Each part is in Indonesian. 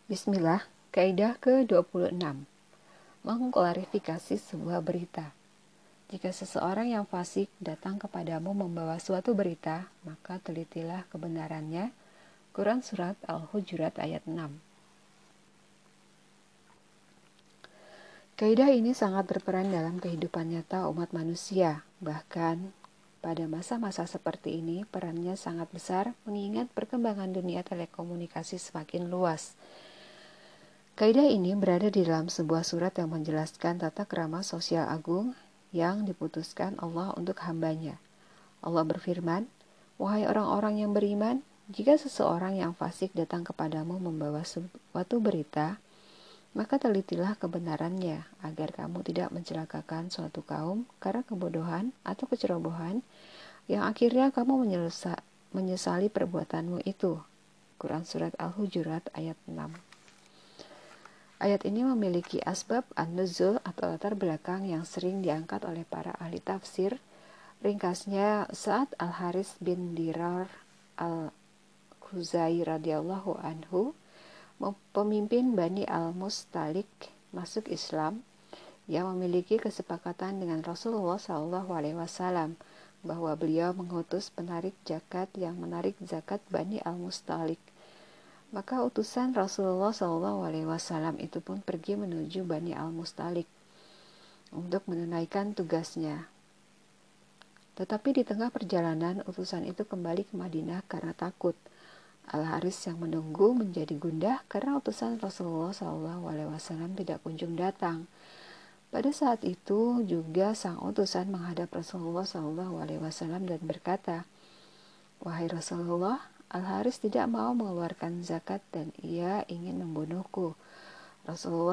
Bismillah, kaidah ke-26. Mengklarifikasi sebuah berita. Jika seseorang yang fasik datang kepadamu membawa suatu berita, maka telitilah kebenarannya. Quran Surat Al-Hujurat ayat 6. Kaidah ini sangat berperan dalam kehidupan nyata umat manusia. Bahkan, pada masa-masa seperti ini, perannya sangat besar mengingat perkembangan dunia telekomunikasi semakin luas. Kaidah ini berada di dalam sebuah surat yang menjelaskan tata krama sosial agung yang diputuskan Allah untuk hambanya. Allah berfirman, "Wahai orang-orang yang beriman, jika seseorang yang fasik datang kepadamu membawa suatu berita, maka telitilah kebenarannya, agar kamu tidak mencelakakan suatu kaum karena kebodohan atau kecerobohan, yang akhirnya kamu menyesali perbuatanmu itu." Quran Surat Al-Hujurat ayat 6. Ayat ini memiliki asbab an-nuzul atau latar belakang yang sering diangkat oleh para ahli tafsir. Ringkasnya, saat Al-Haris bin Dirar Al-Khuzai radhiyallahu anhu, pemimpin Bani Al-Mustalik, masuk Islam, yang memiliki kesepakatan dengan Rasulullah SAW bahwa beliau mengutus penarik zakat yang menarik zakat Bani Al-Mustalik. Maka utusan Rasulullah SAW itu pun pergi menuju Bani Al-Mustalik untuk menunaikan tugasnya. Tetapi di tengah perjalanan, utusan itu kembali ke Madinah karena takut. Al-Haris yang menunggu menjadi gundah karena utusan Rasulullah SAW tidak kunjung datang. Pada saat itu juga sang utusan menghadap Rasulullah SAW dan berkata, "Wahai Rasulullah, Al-Haris tidak mau mengeluarkan zakat dan ia ingin membunuhku." Rasulullah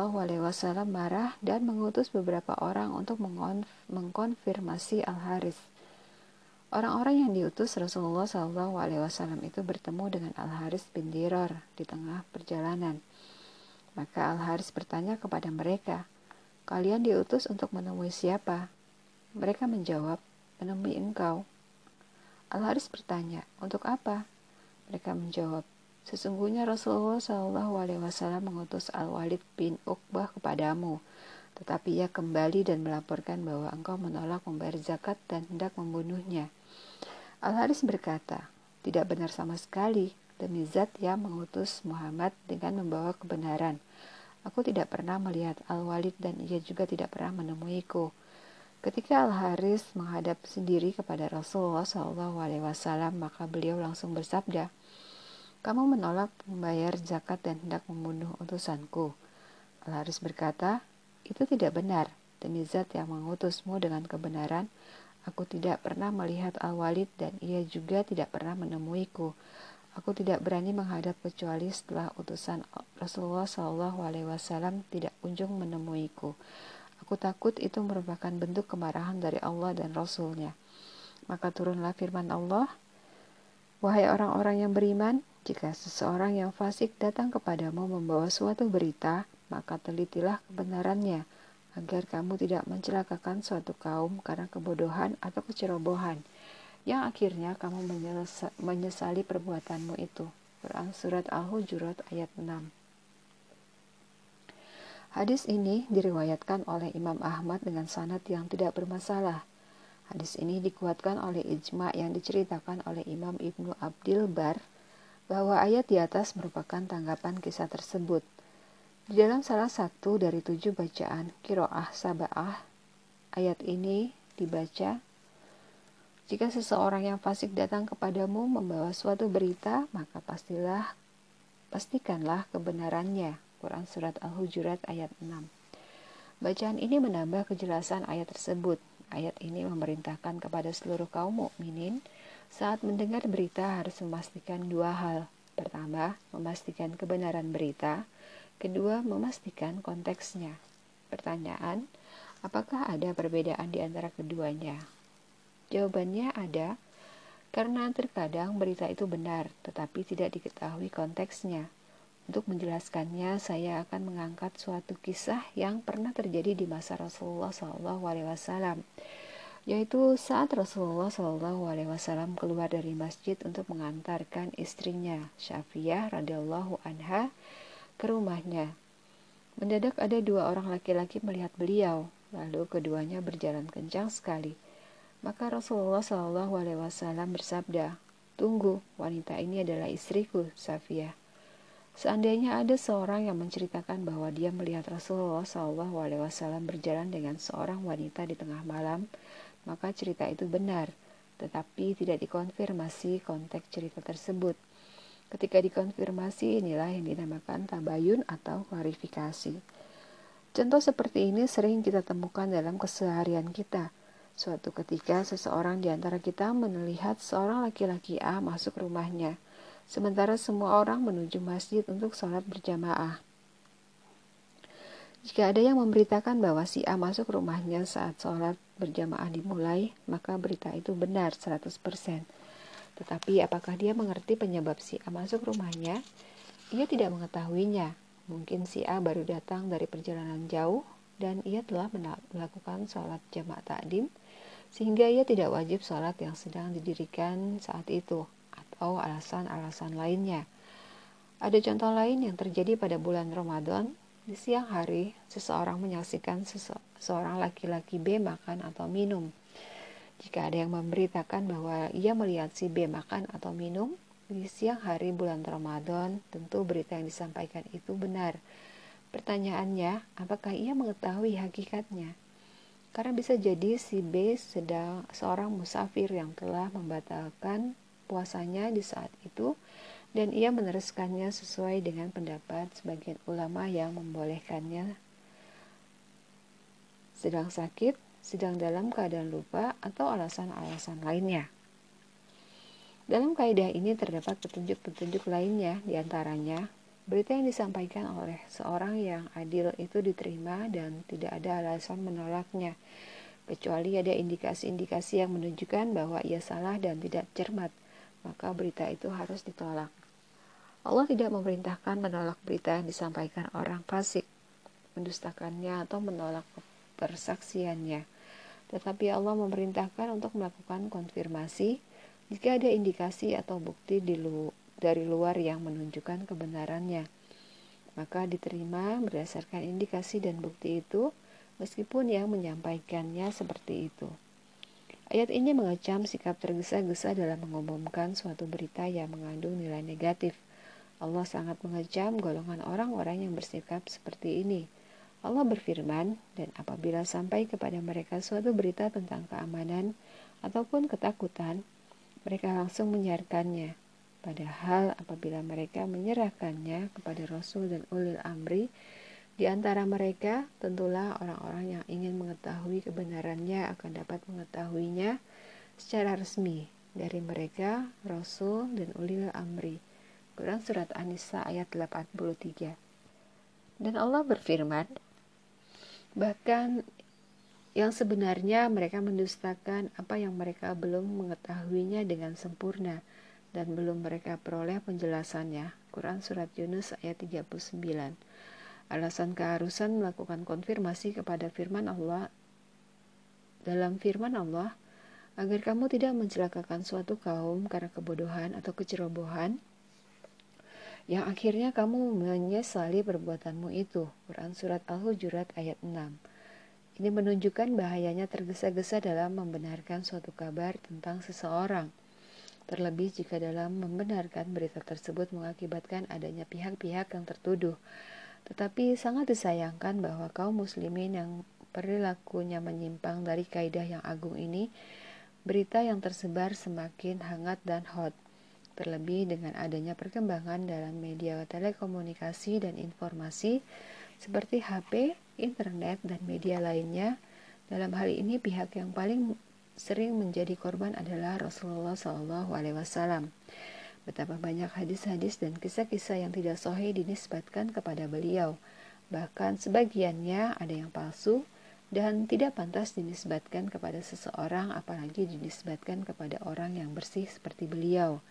SAW marah dan mengutus beberapa orang untuk mengkonfirmasi Al-Haris. Orang-orang yang diutus Rasulullah SAW itu bertemu dengan Al-Haris bin Dirar di tengah perjalanan. Maka Al-Haris bertanya kepada mereka, "Kalian diutus untuk menemui siapa?" Mereka menjawab, "Menemui engkau." Al-Haris bertanya, "Untuk apa?" Mereka menjawab, "Sesungguhnya Rasulullah SAW mengutus Al-Walid bin Uqbah kepadamu, tetapi ia kembali dan melaporkan bahwa engkau menolak membayar zakat dan hendak membunuhnya." Al-Haris berkata, "Tidak benar sama sekali, demi zat yang mengutus Muhammad dengan membawa kebenaran. Aku tidak pernah melihat Al-Walid dan ia juga tidak pernah menemuiku." Ketika Al-Haris menghadap sendiri kepada Rasulullah SAW, maka beliau langsung bersabda, "Kamu menolak membayar zakat dan hendak membunuh utusanku." Al-Haris berkata, "Itu tidak benar. Demi zat yang mengutusmu dengan kebenaran, aku tidak pernah melihat Al-Walid dan ia juga tidak pernah menemuiku. Aku tidak berani menghadap kecuali setelah utusan Rasulullah SAW tidak kunjung menemuiku. Aku takut itu merupakan bentuk kemarahan dari Allah dan Rasul-Nya." Maka turunlah firman Allah, "Wahai orang-orang yang beriman, jika seseorang yang fasik datang kepadamu membawa suatu berita, maka telitilah kebenarannya, agar kamu tidak mencelakakan suatu kaum karena kebodohan atau kecerobohan, yang akhirnya kamu menyesali perbuatanmu itu." Quran Surat Al-Hujurat ayat 6. Hadis ini diriwayatkan oleh Imam Ahmad dengan sanad yang tidak bermasalah. Hadis ini dikuatkan oleh ijma yang diceritakan oleh Imam Ibnu Abdil Bar, bahwa ayat di atas merupakan tanggapan kisah tersebut. Di dalam salah satu dari 7 bacaan qiraah sab'ah, ayat ini dibaca, "Jika seseorang yang fasik datang kepadamu membawa suatu berita, maka pastikanlah kebenarannya." Quran Surat Al-Hujurat ayat 6. Bacaan ini menambah kejelasan ayat tersebut. Ayat ini memerintahkan kepada seluruh kaum mukminin saat mendengar berita harus memastikan 2 hal. Pertama, memastikan kebenaran berita. Kedua, memastikan konteksnya. Pertanyaan, apakah ada perbedaan di antara keduanya? Jawabannya ada, karena terkadang berita itu benar, tetapi tidak diketahui konteksnya. Untuk menjelaskannya, saya akan mengangkat suatu kisah yang pernah terjadi di masa Rasulullah SAW, yaitu saat Rasulullah SAW keluar dari masjid untuk mengantarkan istrinya Syafiyah radhiyallahu anha ke rumahnya. Mendadak ada 2 orang laki-laki melihat beliau, lalu keduanya berjalan kencang sekali. Maka Rasulullah SAW bersabda, "Tunggu, wanita ini adalah istriku, Safiyah." Seandainya ada seorang yang menceritakan bahwa dia melihat Rasulullah SAW berjalan dengan seorang wanita di tengah malam, maka cerita itu benar, tetapi tidak dikonfirmasi konteks cerita tersebut. Ketika dikonfirmasi, inilah yang dinamakan tabayun atau klarifikasi. Contoh seperti ini sering kita temukan dalam keseharian kita. Suatu ketika seseorang di antara kita melihat seorang laki-laki A masuk rumahnya, sementara semua orang menuju masjid untuk sholat berjamaah. Jika ada yang memberitakan bahwa si A masuk rumahnya saat sholat berjamaah dimulai, maka berita itu benar 100%. Tetapi apakah dia mengerti penyebab si A masuk rumahnya? Ia tidak mengetahuinya. Mungkin si A baru datang dari perjalanan jauh dan ia telah melakukan sholat jamaah takdim, sehingga ia tidak wajib sholat yang sedang didirikan saat itu, atau alasan-alasan lainnya. Ada contoh lain yang terjadi pada bulan Ramadan. Di siang hari, seseorang menyaksikan seorang laki-laki B makan atau minum. Jika ada yang memberitakan bahwa ia melihat si B makan atau minum di siang hari bulan Ramadan, tentu berita yang disampaikan itu benar. Pertanyaannya, apakah ia mengetahui hakikatnya? Karena bisa jadi si B sedang seorang musafir yang telah membatalkan puasanya di saat itu, dan ia meneruskannya sesuai dengan pendapat sebagian ulama yang membolehkannya, sedang sakit, sedang dalam keadaan lupa, atau alasan-alasan lainnya. Dalam kaidah ini terdapat petunjuk-petunjuk lainnya, diantaranya berita yang disampaikan oleh seorang yang adil itu diterima dan tidak ada alasan menolaknya, kecuali ada indikasi-indikasi yang menunjukkan bahwa ia salah dan tidak cermat, maka berita itu harus ditolak. Allah tidak memerintahkan menolak berita yang disampaikan orang fasik, mendustakannya atau menolak persaksiannya. Tetapi Allah memerintahkan untuk melakukan konfirmasi jika ada indikasi atau bukti dari luar yang menunjukkan kebenarannya. Maka diterima berdasarkan indikasi dan bukti itu, meskipun yang menyampaikannya seperti itu. Ayat ini mengecam sikap tergesa-gesa dalam mengumumkan suatu berita yang mengandung nilai negatif. Allah sangat mengecam golongan orang-orang yang bersikap seperti ini. Allah berfirman, dan apabila sampai kepada mereka suatu berita tentang keamanan ataupun ketakutan, mereka langsung menyiarkannya. Padahal apabila mereka menyerahkannya kepada Rasul dan ulil amri, di antara mereka tentulah orang-orang yang ingin mengetahui kebenarannya akan dapat mengetahuinya secara resmi dari mereka, Rasul dan ulil amri. Quran Surat An-Nisa ayat 83. Dan Allah berfirman, bahkan yang sebenarnya mereka mendustakan apa yang mereka belum mengetahuinya dengan sempurna dan belum mereka peroleh penjelasannya. Quran Surat Yunus ayat 39. Alasan keharusan melakukan konfirmasi kepada firman Allah dalam firman Allah, agar kamu tidak mencelakakan suatu kaum karena kebodohan atau kecerobohan, yang akhirnya kamu menyesali perbuatanmu itu. Quran Surat Al-Hujurat ayat 6. Ini menunjukkan bahayanya tergesa-gesa dalam membenarkan suatu kabar tentang seseorang. Terlebih jika dalam membenarkan berita tersebut mengakibatkan adanya pihak-pihak yang tertuduh. Tetapi sangat disayangkan bahwa kaum muslimin yang perilakunya menyimpang dari kaidah yang agung ini, berita yang tersebar semakin hangat dan hot. Terlebih dengan adanya perkembangan dalam media telekomunikasi dan informasi seperti HP, internet, dan media lainnya. Dalam hal ini pihak yang paling sering menjadi korban adalah Rasulullah SAW. Betapa banyak hadis-hadis dan kisah-kisah yang tidak sahih dinisbatkan kepada beliau. Bahkan sebagiannya ada yang palsu dan tidak pantas dinisbatkan kepada seseorang, apalagi dinisbatkan kepada orang yang bersih seperti beliau.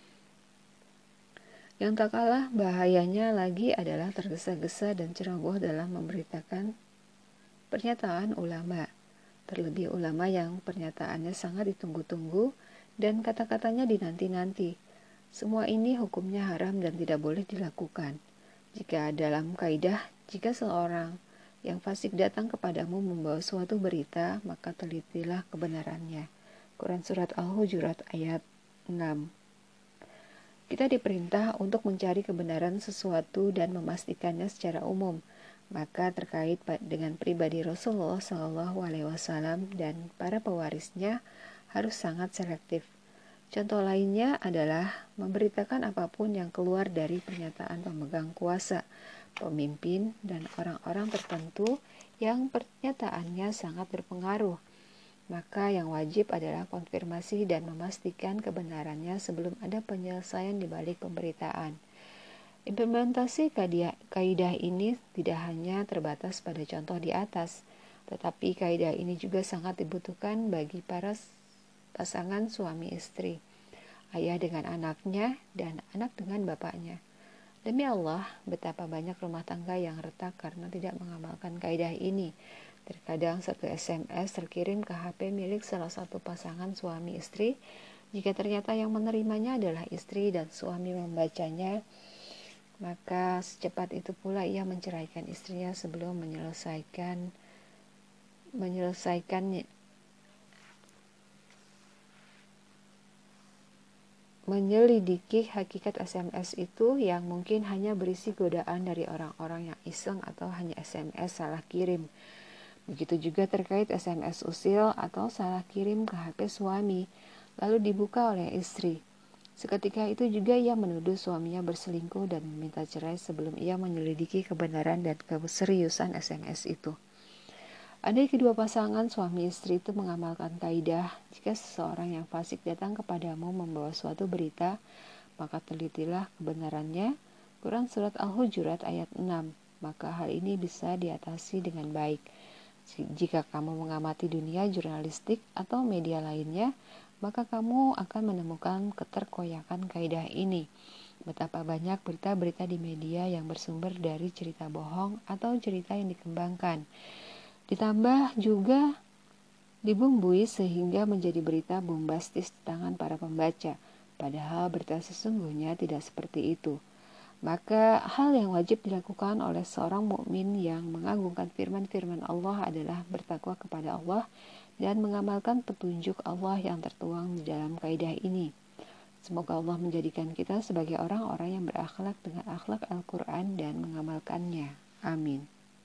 Yang tak kalah bahayanya lagi adalah tergesa-gesa dan ceroboh dalam memberitakan pernyataan ulama. Terlebih ulama yang pernyataannya sangat ditunggu-tunggu dan kata-katanya dinanti-nanti. Semua ini hukumnya haram dan tidak boleh dilakukan. Jika dalam kaidah, jika seorang yang fasik datang kepadamu membawa suatu berita, maka telitilah kebenarannya. Quran Surat Al-Hujurat ayat 6. Kita diperintah untuk mencari kebenaran sesuatu dan memastikannya secara umum. Maka terkait dengan pribadi Rasulullah SAW dan para pewarisnya harus sangat selektif. Contoh lainnya adalah memberitakan apapun yang keluar dari pernyataan pemegang kuasa, pemimpin, dan orang-orang tertentu yang pernyataannya sangat berpengaruh. Maka yang wajib adalah konfirmasi dan memastikan kebenarannya sebelum ada penyelesaian di balik pemberitaan. Implementasi kaidah ini tidak hanya terbatas pada contoh di atas, tetapi kaidah ini juga sangat dibutuhkan bagi para pasangan suami istri, ayah dengan anaknya, dan anak dengan bapaknya. Demi Allah, betapa banyak rumah tangga yang retak karena tidak mengamalkan kaidah ini. Terkadang satu SMS terkirim ke HP milik salah satu pasangan suami istri. Jika ternyata yang menerimanya adalah istri dan suami membacanya, maka secepat itu pula ia menceraikan istrinya sebelum menyelidiki hakikat SMS itu yang mungkin hanya berisi godaan dari orang-orang yang iseng atau hanya SMS salah kirim. Begitu juga terkait SMS usil atau salah kirim ke HP suami, lalu dibuka oleh istri. Seketika itu juga ia menuduh suaminya berselingkuh dan meminta cerai sebelum ia menyelidiki kebenaran dan keseriusan SMS itu. Andai kedua pasangan suami istri itu mengamalkan kaidah, jika seseorang yang fasik datang kepadamu membawa suatu berita, maka telitilah kebenarannya. Quran Surat Al-Hujurat ayat 6. Maka hal ini bisa diatasi dengan baik. Jika kamu mengamati dunia jurnalistik atau media lainnya, maka kamu akan menemukan keterkoyakan kaidah ini. Betapa banyak berita-berita di media yang bersumber dari cerita bohong atau cerita yang dikembangkan. Ditambah juga dibumbui sehingga menjadi berita bombastis di tangan para pembaca, padahal berita sesungguhnya tidak seperti itu. Maka hal yang wajib dilakukan oleh seorang mukmin yang mengagungkan firman-firman Allah adalah bertakwa kepada Allah dan mengamalkan petunjuk Allah yang tertuang di dalam kaidah ini. Semoga Allah menjadikan kita sebagai orang-orang yang berakhlak dengan akhlak Al-Quran dan mengamalkannya. Amin.